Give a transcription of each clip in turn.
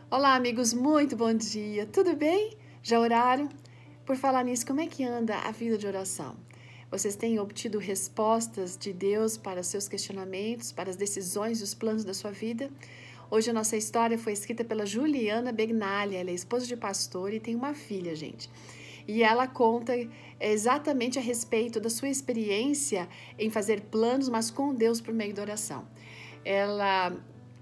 Olá, amigos, muito bom dia. Tudo bem? Já oraram? Por falar nisso, como é que anda a vida de oração? Vocês têm obtido respostas de Deus para os seus questionamentos, para as decisões e os planos da sua vida? Hoje a nossa história foi escrita pela Juliana Begnaglia. Ela é esposa de pastor e tem uma filha, gente. E ela conta exatamente a respeito da sua experiência em fazer planos, mas com Deus por meio da oração. Ela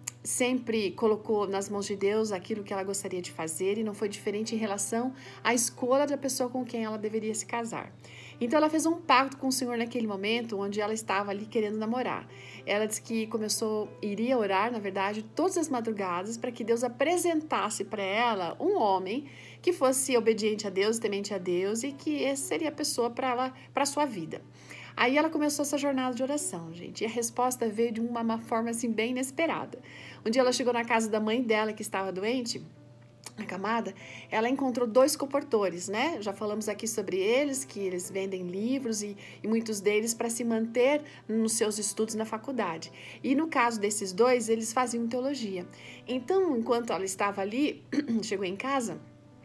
sempre colocou nas mãos de Deus aquilo que ela gostaria de fazer e não foi diferente em relação à escolha da pessoa com quem ela deveria se casar. Então ela fez um pacto com o Senhor naquele momento onde ela estava ali querendo namorar. Ela disse que iria orar, na verdade, todas as madrugadas para que Deus apresentasse para ela um homem que fosse obediente a Deus, temente a Deus e que essa seria a pessoa para a sua vida. Aí ela começou essa jornada de oração, gente, e a resposta veio de uma forma assim bem inesperada. Um dia ela chegou na casa da mãe dela que estava doente, acamada, ela encontrou 2 comportores, né? Já falamos aqui sobre eles, que eles vendem livros e muitos deles para se manter nos seus estudos na faculdade. E no caso desses 2, eles faziam teologia. Então, enquanto ela estava ali, chegou em casa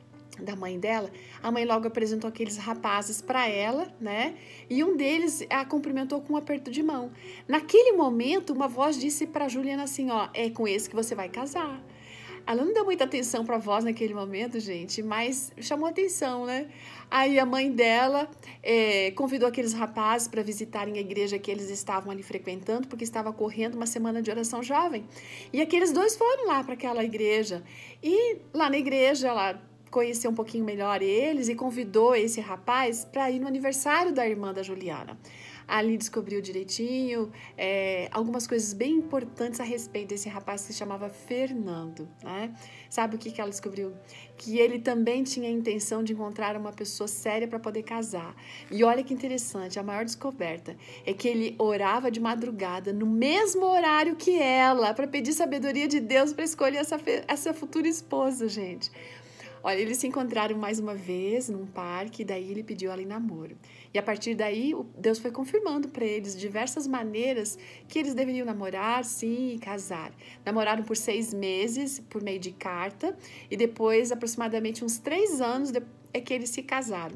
da mãe dela, a mãe logo apresentou aqueles rapazes para ela, né? E um deles a cumprimentou com um aperto de mão. Naquele momento, uma voz disse para Juliana assim, ó, é com esse que você vai casar. Ela não deu muita atenção para a voz naquele momento, gente, mas chamou atenção, né? Aí a mãe dela convidou aqueles rapazes para visitarem a igreja que eles estavam ali frequentando, porque estava correndo uma semana de oração jovem. E aqueles 2 foram lá para aquela igreja. E lá na igreja, ela conheceu um pouquinho melhor eles e convidou esse rapaz para ir no aniversário da irmã da Juliana. Ali descobriu direitinho algumas coisas bem importantes a respeito desse rapaz que se chamava Fernando, né? Sabe o que ela descobriu? Que ele também tinha a intenção de encontrar uma pessoa séria para poder casar. E olha que interessante, a maior descoberta é que ele orava de madrugada, no mesmo horário que ela, para pedir sabedoria de Deus para escolher essa futura esposa, gente. Olha, eles se encontraram mais uma vez num parque, e daí ele pediu ela em namoro. E a partir daí, Deus foi confirmando para eles diversas maneiras que eles deveriam namorar, sim, e casar. Namoraram por 6 meses, por meio de carta, e depois, aproximadamente uns 3 anos, é que eles se casaram.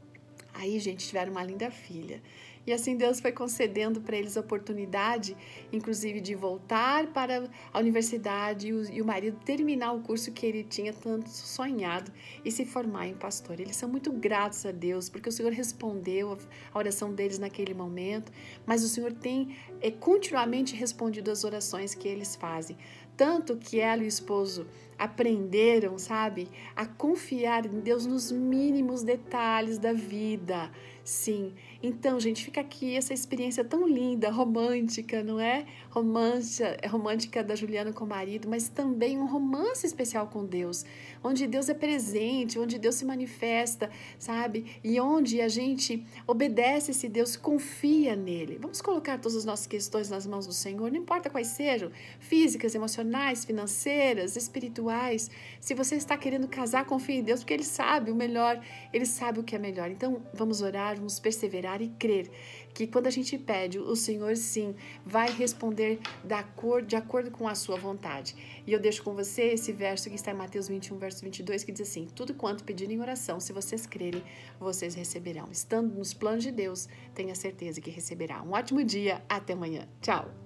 Aí, gente, tiveram uma linda filha. E assim Deus foi concedendo para eles a oportunidade, inclusive, de voltar para a universidade e o marido terminar o curso que ele tinha tanto sonhado e se formar em pastor. Eles são muito gratos a Deus, porque o Senhor respondeu a oração deles naquele momento, mas o Senhor tem continuamente respondido às orações que eles fazem. Tanto que ela e o esposo aprenderam, sabe, a confiar em Deus nos mínimos detalhes da vida. Sim, então, gente, fica aqui essa experiência tão linda, romântica, não é? Romântica da Juliana com o marido, mas também um romance especial com Deus, onde Deus é presente, onde Deus se manifesta, sabe? E onde a gente obedece esse Deus, confia nele. Vamos colocar todas as nossas questões nas mãos do Senhor, não importa quais sejam, físicas, emocionais, financeiras, espirituais. Se você está querendo casar, confie em Deus, porque Ele sabe o melhor, Ele sabe o que é melhor. Então, vamos orar, vamos perseverar e crer que quando a gente pede, o Senhor sim vai responder de acordo com a sua vontade. E eu deixo com você esse verso que está em Mateus 21, verso 22, que diz assim: tudo quanto pedirem em oração, se vocês crerem, vocês receberão. Estando nos planos de Deus, tenha certeza que receberá. Um ótimo dia, até amanhã. Tchau!